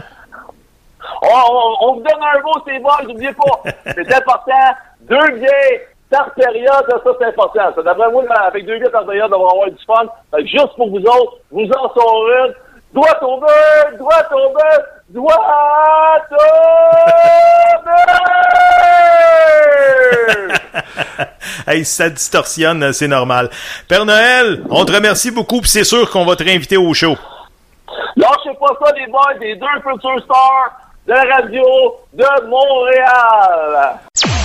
Oh, on, on vous donne un mot, c'est bon, n'oubliez pas. C'est important. Deux biais par période, ça, c'est important. Ça, d'après moi, avec deux biais par période, on va avoir du fun. Fait que juste pour vous autres, vous en sort une. Droite au but, droite au but, droite au but! Hey, ça distorsionne, c'est normal. Père Noël, on te remercie beaucoup, puis c'est sûr qu'on va te réinviter au show. Lâchez pas ça, les boys, des deux Future Stars de la radio de Montréal.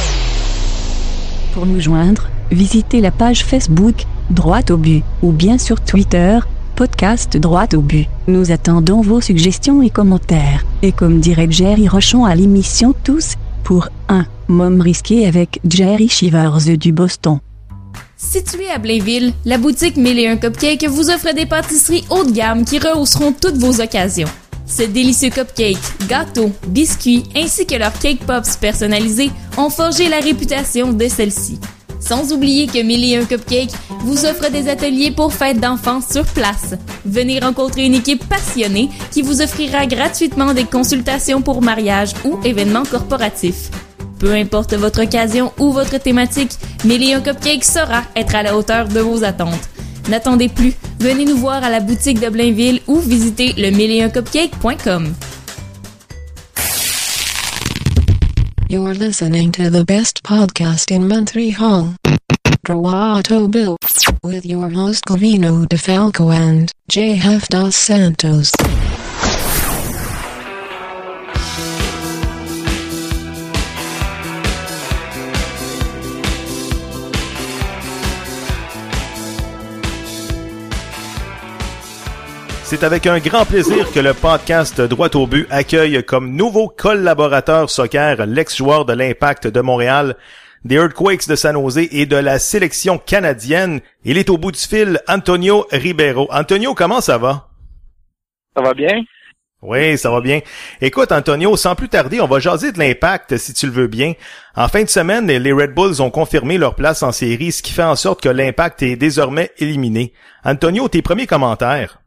Pour nous joindre, visitez la page Facebook Droit au but ou bien sur Twitter podcast Droit au but. Nous attendons vos suggestions et commentaires. Et comme dirait Jerry Rochon à l'émission Tous pour un Môme risqué avec Jerry Shivers du Boston. Située à Blainville, la boutique mille et un Cupcakes vous offre des pâtisseries haut de gamme qui rehausseront toutes vos occasions. Ces délicieux cupcakes, gâteaux, biscuits ainsi que leurs cake pops personnalisés ont forgé la réputation de celle-ci. Sans oublier que mille et un Cupcakes vous offre des ateliers pour fêtes d'enfants sur place. Venez rencontrer une équipe passionnée qui vous offrira gratuitement des consultations pour mariage ou événements corporatifs. Peu importe votre occasion ou votre thématique, mille et un Cupcakes saura être à la hauteur de vos attentes. N'attendez plus, venez nous voir à la boutique de Blainville ou visitez le mille et un cupcake point com. You're listening to the best podcast in Montreal. Droit au but with your host Covino DeFalco and J F dos Santos. C'est avec un grand plaisir que le podcast Droit au but accueille comme nouveau collaborateur soccer l'ex-joueur de l'Impact de Montréal, des Earthquakes de San Jose et de la sélection canadienne. Il est au bout du fil, Antonio Ribeiro. Antonio, comment ça va? Ça va bien? Oui, ça va bien. Écoute, Antonio, sans plus tarder, on va jaser de l'Impact, si tu le veux bien. En fin de semaine, les Red Bulls ont confirmé leur place en série, ce qui fait en sorte que l'Impact est désormais éliminé. Antonio, tes premiers commentaires?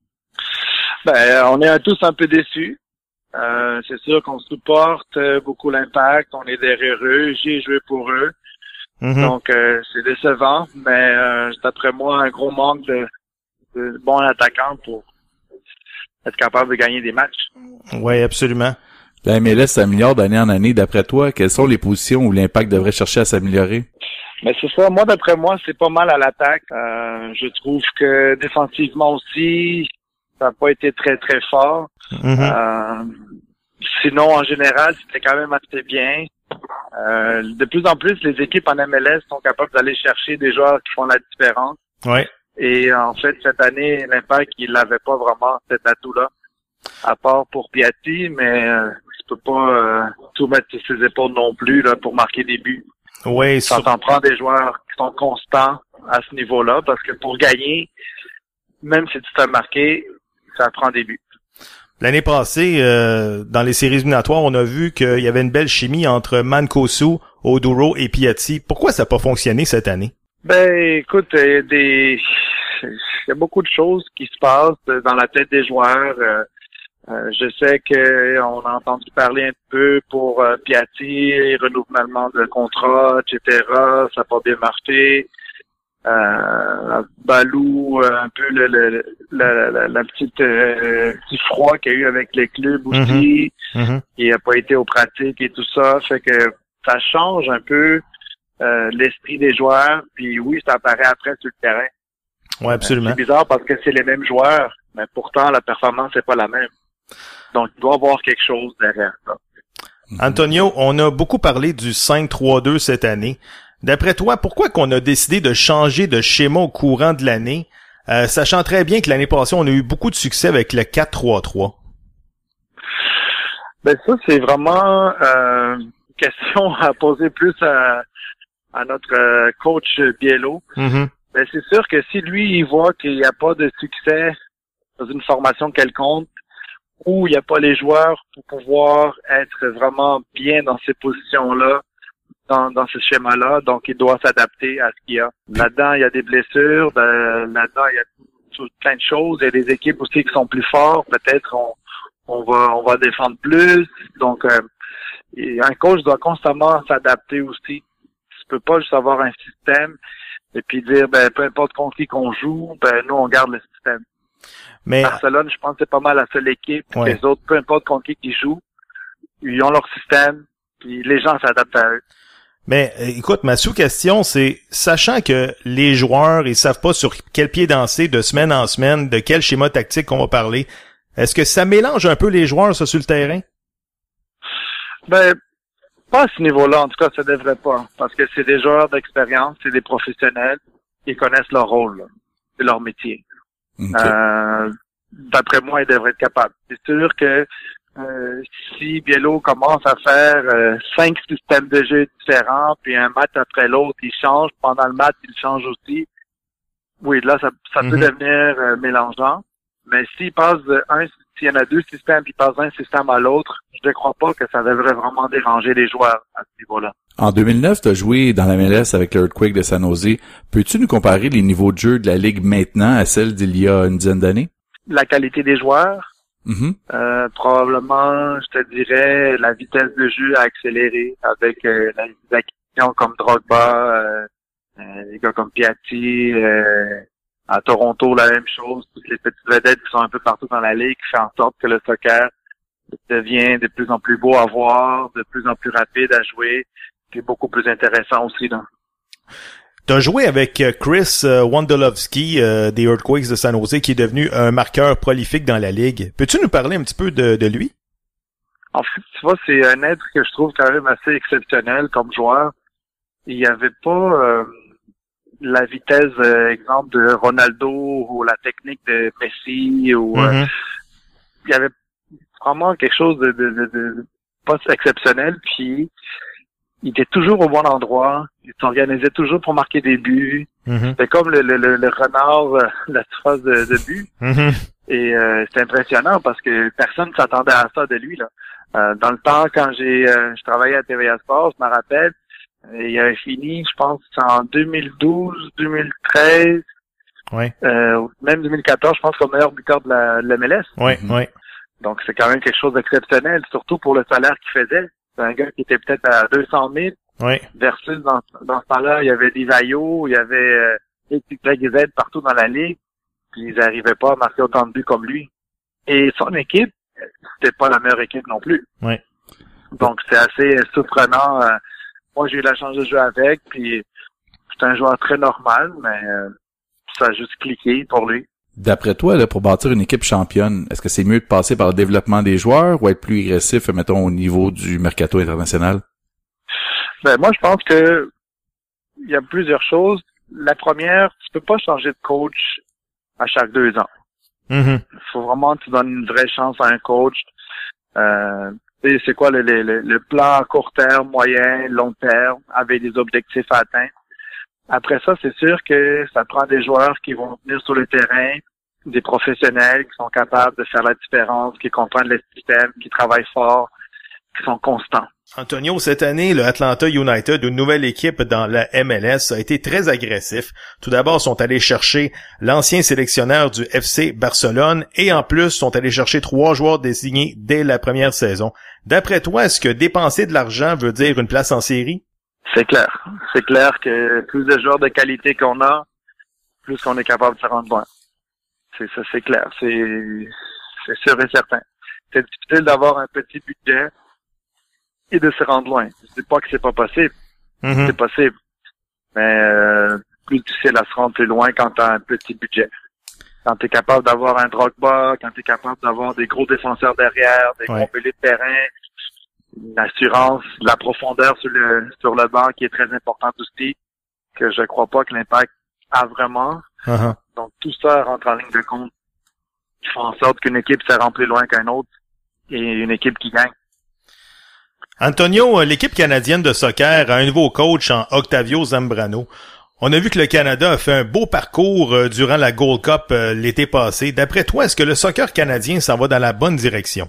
Ben, on est tous un peu déçus. Euh, c'est sûr qu'on supporte beaucoup l'Impact, on est derrière eux, j'ai joué pour eux. Mm-hmm. Donc, euh, c'est décevant, mais euh, d'après moi, un gros manque de, de bons attaquants pour être capable de gagner des matchs. Oui, absolument. La M L S s'améliore d'année en année. D'après toi, quelles sont les positions où l'Impact devrait chercher à s'améliorer? Mais c'est ça. Moi, d'après moi, c'est pas mal à l'attaque. Euh, je trouve que défensivement aussi, ça n'a pas été très, très fort. Mm-hmm. Euh, sinon, en général, c'était quand même assez bien. Euh, de plus en plus, les équipes en M L S sont capables d'aller chercher des joueurs qui font la différence. Ouais. Et en fait, cette année, l'Impact, il n'avait pas vraiment cet atout-là, à part pour Piatti, mais euh, tu peux pas euh, tout mettre sur ses épaules non plus là pour marquer des buts. Oui, ça t'en prend des joueurs qui sont constants à ce niveau-là, parce que pour gagner, même si tu t'as marqué, ça prend des buts. L'année passée, euh, dans les séries éliminatoires, on a vu qu'il y avait une belle chimie entre Mancosu, Oduro et Piatti. Pourquoi ça n'a pas fonctionné cette année? Ben, écoute, il y a des, il y a beaucoup de choses qui se passent dans la tête des joueurs. Euh, euh, je sais que on a entendu parler un peu pour euh, Piatti, renouvellement de contrat, et cetera. Ça n'a pas bien marché. Euh, Balou, un peu le, le, la, la, la petite euh, petit froid qu'il y a eu avec les clubs aussi, mm-hmm. qui n'a pas été aux pratiques et tout ça, fait que ça change un peu euh, l'esprit des joueurs, puis oui, ça apparaît après sur le terrain. Ouais, absolument. Euh, c'est bizarre parce que c'est les mêmes joueurs, mais pourtant la performance n'est pas la même. Donc il doit y avoir quelque chose derrière ça. Antonio, on a beaucoup parlé du cinq trois deux cette année. D'après toi, pourquoi qu'on a décidé de changer de schéma au courant de l'année, euh, sachant très bien que l'année passée, on a eu beaucoup de succès avec le quatre trois trois? Ben ça, c'est vraiment euh, une question à poser plus à, à notre euh, coach Biello. Mm-hmm. Ben c'est sûr que si lui, il voit qu'il n'y a pas de succès dans une formation quelconque, où il n'y a pas les joueurs pour pouvoir être vraiment bien dans ces positions-là, Dans, dans ce schéma-là, donc il doit s'adapter à ce qu'il y a. Là-dedans, il y a des blessures, ben, là-dedans, il y a tout, plein de choses. Il y a des équipes aussi qui sont plus fortes. Peut-être on, on va on va défendre plus. Donc, euh, un coach doit constamment s'adapter aussi. Tu peux pas juste avoir un système et puis dire, ben peu importe contre qui qu'on joue, ben nous on garde le système. Mais Barcelone, je pense que c'est pas mal la seule équipe. Ouais. Les autres, peu importe contre qui qu'ils jouent, ils ont leur système, puis les gens s'adaptent à eux. Mais écoute, ma sous-question, c'est, sachant que les joueurs, ils savent pas sur quel pied danser de semaine en semaine, de quel schéma tactique qu'on va parler, est-ce que ça mélange un peu les joueurs, ça, sur le terrain? Ben, pas à ce niveau-là, en tout cas, ça devrait pas, parce que c'est des joueurs d'expérience, c'est des professionnels, ils connaissent leur rôle, là. C'est leur métier. Okay. Euh, d'après moi, ils devraient être capables. C'est sûr que Euh, si Biello commence à faire euh, cinq systèmes de jeu différents, puis un match après l'autre, il change, pendant le match, il change aussi. Oui, là, ça, ça mm-hmm. peut devenir euh, mélangeant. Mais s'il passe de un, s'il y en a deux systèmes, puis il passe d'un système à l'autre, je ne crois pas que ça devrait vraiment déranger les joueurs à ce niveau-là. En deux mille neuf, tu as joué dans la M L S avec l'Earthquake de San Jose. Peux-tu nous comparer les niveaux de jeu de la Ligue maintenant à celle d'il y a une dizaine d'années? La qualité des joueurs. Mm-hmm. Euh, probablement, je te dirais, la vitesse de jeu a accéléré avec euh, les acquisitions comme Drogba, euh, euh, les gars comme Piatti, euh, à Toronto, la même chose, toutes les petites vedettes qui sont un peu partout dans la ligue, qui fait en sorte que le soccer devient de plus en plus beau à voir, de plus en plus rapide à jouer, puis beaucoup plus intéressant aussi. Là. Tu as joué avec Chris Wondolowski euh, des Earthquakes de San Jose, qui est devenu un marqueur prolifique dans la ligue. Peux-tu nous parler un petit peu de, de lui? En fait, tu vois, c'est un être que je trouve quand même assez exceptionnel comme joueur. Il n'y avait pas euh, la vitesse, euh, exemple, de Ronaldo ou la technique de Messi ou Mm-hmm. euh, il y avait vraiment quelque chose de, de, de, de pas exceptionnel, puis il était toujours au bon endroit, il s'organisait toujours pour marquer des buts. Mm-hmm. C'était comme le, le, le, le renard, euh, la surface de, de but. Mm-hmm. Et euh, c'était impressionnant parce que personne ne s'attendait à ça de lui, là. Euh, dans le temps, quand j'ai euh, je travaillais à T V A Sports, je me rappelle, euh, il avait fini, je pense, en deux mille douze, deux mille treize, ouais. euh, même deux mille quatorze, je pense, comme meilleur buteur de la, de la M L S. Ouais, mm-hmm. ouais. Donc, c'est quand même quelque chose d'exceptionnel, surtout pour le salaire qu'il faisait. C'est un gars qui était peut-être à deux cent mille, ouais. versus dans, dans ce temps-là, il y avait Divayo, il y avait euh, X Y Z partout dans la ligue, puis ils n'arrivaient pas à marquer autant de buts comme lui. Et son équipe, c'était pas la meilleure équipe non plus. Ouais. Donc, c'est assez surprenant. Euh, moi, j'ai eu la chance de jouer avec, puis c'est un joueur très normal, mais euh, ça a juste cliqué pour lui. D'après toi, là, pour bâtir une équipe championne, est-ce que c'est mieux de passer par le développement des joueurs ou être plus agressif, mettons, au niveau du mercato international? Ben, moi, je pense que il y a plusieurs choses. La première, tu peux pas changer de coach à chaque deux ans. Mm-hmm. Il faut vraiment que tu donnes une vraie chance à un coach. Euh, c'est quoi le, le, le plan à court terme, moyen, long terme, avec des objectifs à atteindre. Après ça, c'est sûr que ça prend des joueurs qui vont venir sur le terrain, des professionnels qui sont capables de faire la différence, qui comprennent le système, qui travaillent fort, qui sont constants. Antonio, cette année, le Atlanta United, une nouvelle équipe dans la M L S, a été très agressif. Tout d'abord, sont allés chercher l'ancien sélectionneur du F C Barcelone et en plus, sont allés chercher trois joueurs désignés dès la première saison. D'après toi, est-ce que dépenser de l'argent veut dire une place en série? C'est clair. C'est clair que plus de joueurs de qualité qu'on a, plus qu'on est capable de se rendre loin. C'est ça, c'est clair. C'est, c'est sûr et certain. C'est difficile d'avoir un petit budget et de se rendre loin. Je dis pas que c'est pas possible. Mm-hmm. C'est possible. Mais euh, plus difficile à se rendre plus loin quand t'as un petit budget. Quand t'es capable d'avoir un Drogba, quand t'es capable d'avoir des gros défenseurs derrière, des ouais. gros piliers de terrain, une assurance, de la profondeur sur le sur le banc qui est très importante aussi, que je crois pas que l'Impact a vraiment. Uh-huh. Donc tout ça rentre en ligne de compte, qui fait en sorte qu'une équipe se rend plus loin qu'une autre et une équipe qui gagne. Antonio, l'équipe canadienne de soccer a un nouveau coach en Octavio Zambrano. On a vu que le Canada a fait un beau parcours euh, durant la Gold Cup euh, l'été passé. D'après toi, est-ce que le soccer canadien s'en va dans la bonne direction?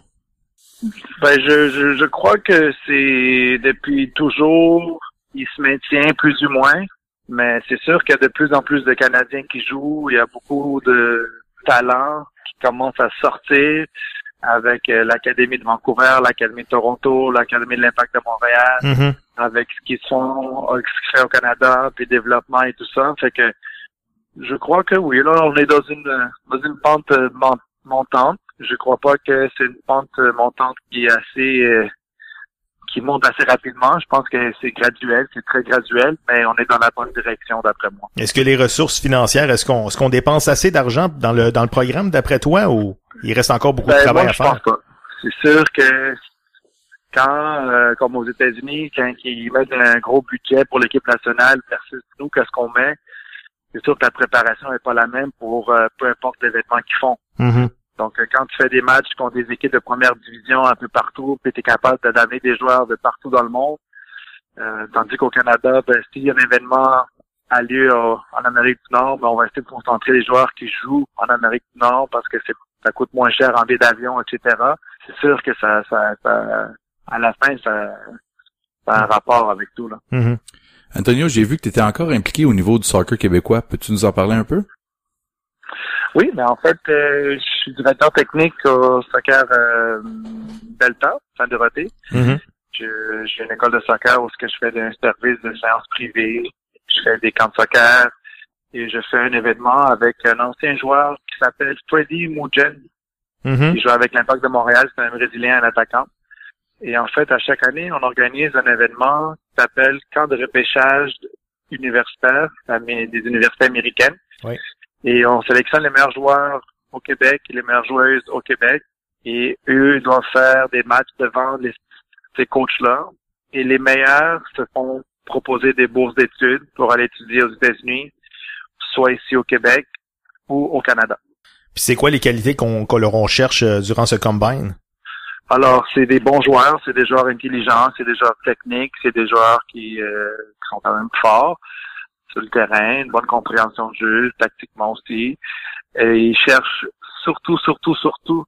Ben, je, je, je crois que c'est depuis toujours, il se maintient plus ou moins, mais c'est sûr qu'il y a de plus en plus de Canadiens qui jouent. Il y a beaucoup de talents qui commencent à sortir avec euh, l'Académie de Vancouver, l'Académie de Toronto, l'Académie de l'Impact de Montréal, Mm-hmm. avec ce qu'ils font, ce qui se fait au Canada, puis développement et tout ça. Fait que je crois que oui, là, on est dans une dans une pente euh, montante. Je crois pas que c'est une pente montante qui est assez euh, qui monte assez rapidement. Je pense que c'est graduel, c'est très graduel, mais on est dans la bonne direction d'après moi. Est-ce que les ressources financières, est-ce qu'on est-ce qu'on dépense assez d'argent dans le dans le programme d'après toi ou il reste encore beaucoup ben, de travail moi, à faire? Je pense pas. C'est sûr que quand, euh, comme aux États-Unis, quand ils mettent un gros budget pour l'équipe nationale versus nous, qu'est-ce qu'on met, c'est sûr que la préparation n'est pas la même pour euh, peu importe les vêtements qu'ils font. Mm-hmm. Donc, euh, quand tu fais des matchs contre des équipes de première division un peu partout, puis tu es capable d'amener des joueurs de partout dans le monde, euh, tandis qu'au Canada, ben, s'il y a un événement a lieu euh, en Amérique du Nord, ben, on va essayer de concentrer les joueurs qui jouent en Amérique du Nord parce que c'est ça coûte moins cher en billet d'avion, et cetera. C'est sûr que ça, ça, ça à la fin, ça, ça a un rapport avec tout, là. Mm-hmm. Antonio, j'ai vu que tu étais encore impliqué au niveau du soccer québécois. Peux-tu nous en parler un peu? Oui, mais en fait, euh, je suis directeur technique au soccer euh, Delta, Saint-Dorothée. Mm-hmm. Je, j'ai une école de soccer où je fais un service de séances privées, je fais des camps de soccer et je fais un événement avec un ancien joueur qui s'appelle Freddy Mugen. Mm-hmm. Il joue avec l'Impact de Montréal, c'est un Brésilien, un attaquant. Et en fait, à chaque année, on organise un événement qui s'appelle Camp de repêchage universitaire, des universités américaines. Oui. Et on sélectionne les meilleurs joueurs au Québec et les meilleures joueuses au Québec. Et eux doivent faire des matchs devant les, ces coachs-là. Et les meilleurs se font proposer des bourses d'études pour aller étudier aux États-Unis. soit ici au Québec ou au Canada. Puis c'est quoi les qualités qu'on, qu'on leur on cherche euh, durant ce combine? Alors, c'est des bons joueurs, c'est des joueurs intelligents, c'est des joueurs techniques, c'est des joueurs qui, euh, qui sont quand même forts sur le terrain, une bonne compréhension de jeu, tactiquement aussi. Et ils cherchent surtout, surtout, surtout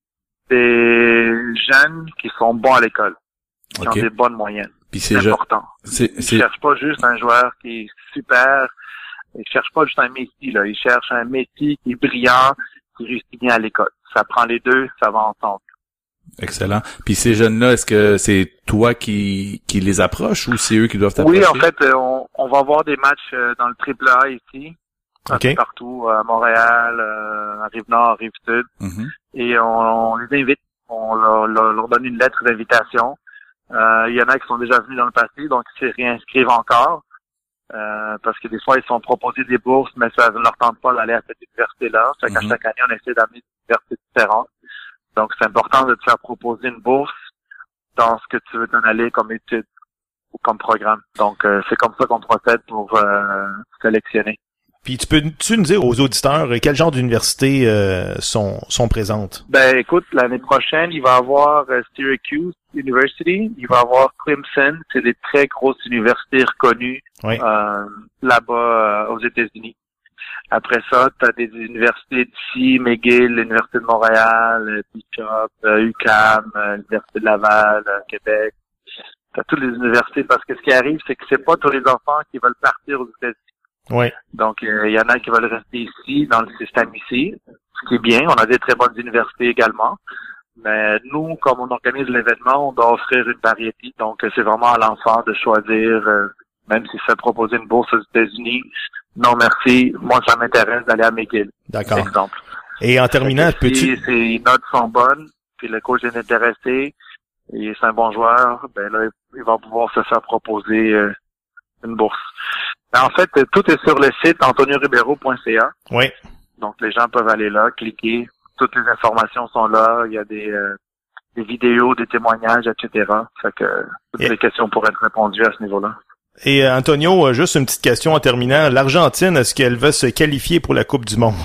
des jeunes qui sont bons à l'école, qui okay. ont des bonnes moyennes. Puis c'est, c'est important. C'est, ils c'est... cherchent pas juste un joueur qui est super, ils cherchent pas juste un Messi, là. Ils cherchent un Messi qui est brillant, qui réussit bien à l'école. Ça prend les deux, ça va ensemble. Excellent. Puis ces jeunes-là, est-ce que c'est toi qui qui les approches ou c'est eux qui doivent t'approcher? Oui, en fait, on, on va avoir des matchs dans le triple A ici, okay. partout, à Montréal, à Rive-Nord, Rive-Sud. Mm-hmm. Et on, on les invite, on leur, leur, leur donne une lettre d'invitation. Euh, il y en a qui sont déjà venus dans le passé, donc ils se réinscrivent encore. Euh, parce que des fois, ils sont proposés des bourses, mais ça ne leur tente pas d'aller à cette université-là. Fait qu'à mm-hmm. chaque année, on essaie d'amener des universités différentes. Donc, c'est important de te faire proposer une bourse dans ce que tu veux t'en aller comme étude ou comme programme. Donc, euh, c'est comme ça qu'on procède pour euh, sélectionner. Puis, tu peux-tu nous dire aux auditeurs quel genre d'universités euh, sont sont présentes? Ben, écoute, l'année prochaine, il va y avoir euh, Syracuse University, il va y avoir Clemson, c'est des très grosses universités reconnues oui. euh, là-bas euh, aux États-Unis. Après ça, tu as des universités d'ici, McGill, l'Université de Montréal, Bishop, euh, U Q A M, euh, l'Université de Laval, euh, Québec. Tu as toutes les universités parce que ce qui arrive, c'est que c'est pas tous les enfants qui veulent partir aux États-Unis. Oui. Donc, il euh, y en a qui veulent rester ici, dans le système ici, ce qui est bien. On a des très bonnes universités également. Mais nous, comme on organise l'événement, on doit offrir une variété. Donc, c'est vraiment à l'enfant de choisir, euh, même s'il se fait proposer une bourse aux États-Unis. Non, merci. Moi, ça m'intéresse d'aller à McGill. D'accord. Exemple. Et en terminant, peux-tu... Si ces notes sont bonnes, puis le coach est intéressé, et c'est un bon joueur, ben là, il va pouvoir se faire proposer euh, une bourse. Mais en fait, tout est sur le site antonio ribeiro point c a. Oui. Donc, les gens peuvent aller là, cliquer. Toutes les informations sont là. Il y a des, euh, des vidéos, des témoignages, et cetera. Fait que toutes et... les questions pourraient être répondues à ce niveau-là. Et euh, Antonio, juste une petite question en terminant. L'Argentine, est-ce qu'elle va se qualifier pour la Coupe du Monde?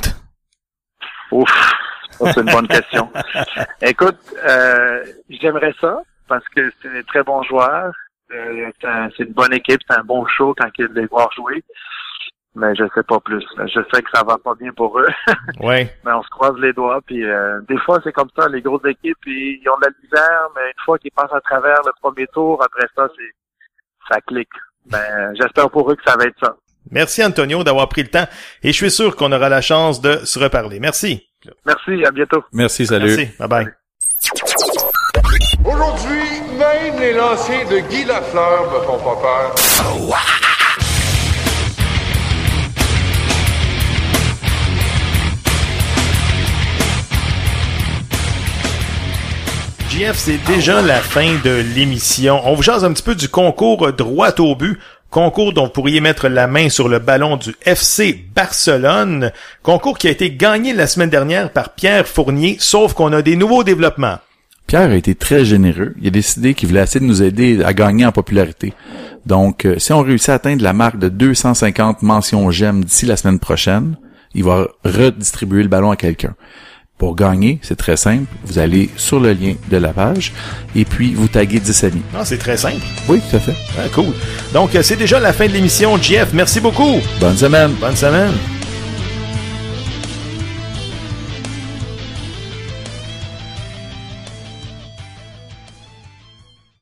Ouf, ça, c'est une bonne question. Écoute, euh, j'aimerais ça parce que c'est des très bons joueurs. Euh, c'est, un, c'est une bonne équipe, c'est un bon show quand ils les voir jouer. Mais je sais pas plus. Je sais que ça va pas bien pour eux. Oui. Mais on se croise les doigts. Puis euh, des fois, c'est comme ça. Les grosses équipes, ils, ils ont de la misère, mais une fois qu'ils passent à travers le premier tour, après ça, c'est ça clique. Ben, j'espère pour eux que ça va être ça. Merci Antonio d'avoir pris le temps et je suis sûr qu'on aura la chance de se reparler. Merci. Merci, à bientôt. Merci, salut. Merci, bye bye. Aujourd'hui, même les lancers de Guy Lafleur me font pas peur. Oh, J F, c'est déjà la fin de l'émission. On vous jase un petit peu du concours droit au but. Concours dont vous pourriez mettre la main sur le ballon du F C Barcelone. Concours qui a été gagné la semaine dernière par Pierre Fournier, sauf qu'on a des nouveaux développements. Pierre a été très généreux. Il a décidé qu'il voulait essayer de nous aider à gagner en popularité. Donc, euh, si on réussit à atteindre la marque de deux cent cinquante mentions j'aime d'ici la semaine prochaine, il va redistribuer le ballon à quelqu'un. Pour gagner, c'est très simple. Vous allez sur le lien de la page et puis vous taguez dix amis. Ah, c'est très simple. Oui, tout à fait. Ah, cool. Donc, c'est déjà la fin de l'émission. J F, merci beaucoup. Bonne semaine. Bonne semaine.